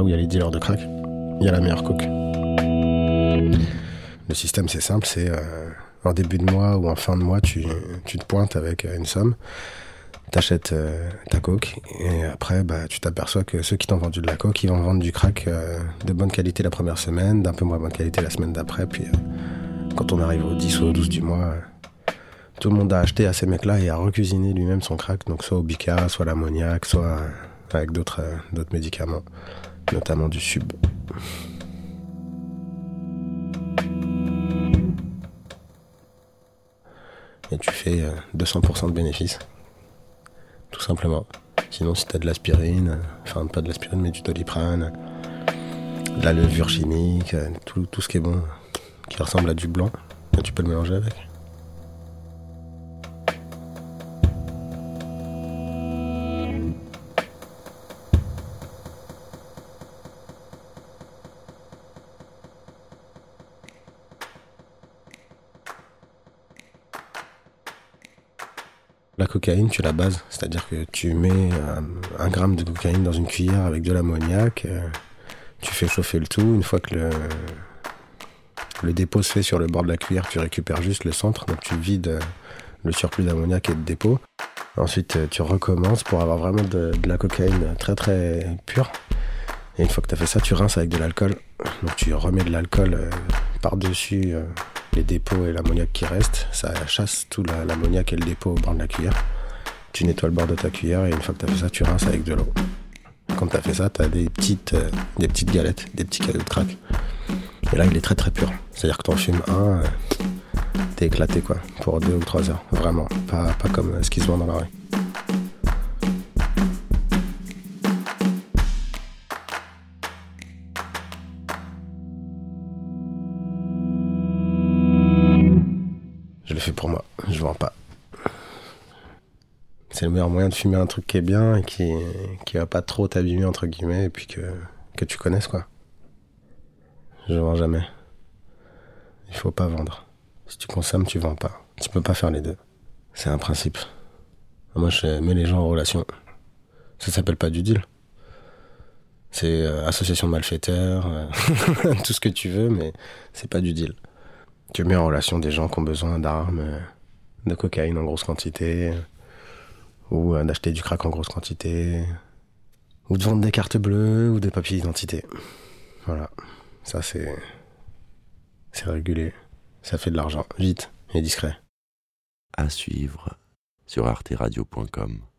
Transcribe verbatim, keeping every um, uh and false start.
là où il y a les dealers de crack, il y a la meilleure coke. Le système, c'est simple, c'est euh, en début de mois ou en fin de mois, tu, tu te pointes avec une somme, t'achètes euh, ta coke, et après, bah, tu t'aperçois que ceux qui t'ont vendu de la coke, ils vont vendre du crack euh, de bonne qualité la première semaine, d'un peu moins bonne qualité la semaine d'après, puis euh, quand on arrive au dix ou au douze du mois, euh, tout le monde a acheté à ces mecs-là et a recuisiné lui-même son crack, donc soit au bica, soit l'ammoniac, soit euh, avec d'autres, euh, d'autres médicaments, notamment du sub. Et tu fais euh, deux cents pour cent de bénéfices, tout simplement. Sinon, si t'as de l'aspirine, euh, enfin pas de l'aspirine, mais du doliprane, de la levure chimique, euh, tout, tout ce qui est bon, qui ressemble à du blanc, tu peux le mélanger avec. La cocaïne, tu la bases, c'est-à-dire que tu mets un, un gramme de cocaïne dans une cuillère avec de l'ammoniac, euh, tu fais chauffer le tout, une fois que le, le dépôt se fait sur le bord de la cuillère, tu récupères juste le centre, donc tu vides le surplus d'ammoniac et de dépôt. Ensuite, tu recommences pour avoir vraiment de, de la cocaïne très très pure. Et une fois que tu as fait ça, tu rinces avec de l'alcool. Donc tu remets de l'alcool euh, par-dessus euh, les dépôts et l'ammoniac qui reste. Ça chasse tout la, l'ammoniac et le dépôt au bord de la cuillère. Tu nettoies le bord de ta cuillère et une fois que tu as fait ça, tu rinces avec de l'eau. Quand tu as fait ça, tu as des petites, euh, des petites galettes, des petits cailloux de crack. Et là, il est très très pur. C'est-à-dire que tu en fumes un, euh, t'es éclaté quoi, pour deux ou trois heures. Vraiment, pas, pas comme euh, ce qui se vend dans la rue. Je le fais pour moi, je vends pas. C'est le meilleur moyen de fumer un truc qui est bien et qui, qui va pas trop t'abîmer entre guillemets et puis que, que tu connaisses quoi. Je vends jamais. Il faut pas vendre. Si tu consommes, tu vends pas. Tu peux pas faire les deux. C'est un principe. Moi je mets les gens en relation. Ça s'appelle pas du deal. C'est euh, association de malfaiteurs, euh, tout ce que tu veux, mais c'est pas du deal. Tu mets en relation des gens qui ont besoin d'armes, euh, de cocaïne en grosse quantité, ou euh, d'acheter du crack en grosse quantité, ou de vendre des cartes bleues ou des papiers d'identité. Voilà, ça c'est c'est régulé, ça fait de l'argent, vite et discret. À suivre sur arte radio point com.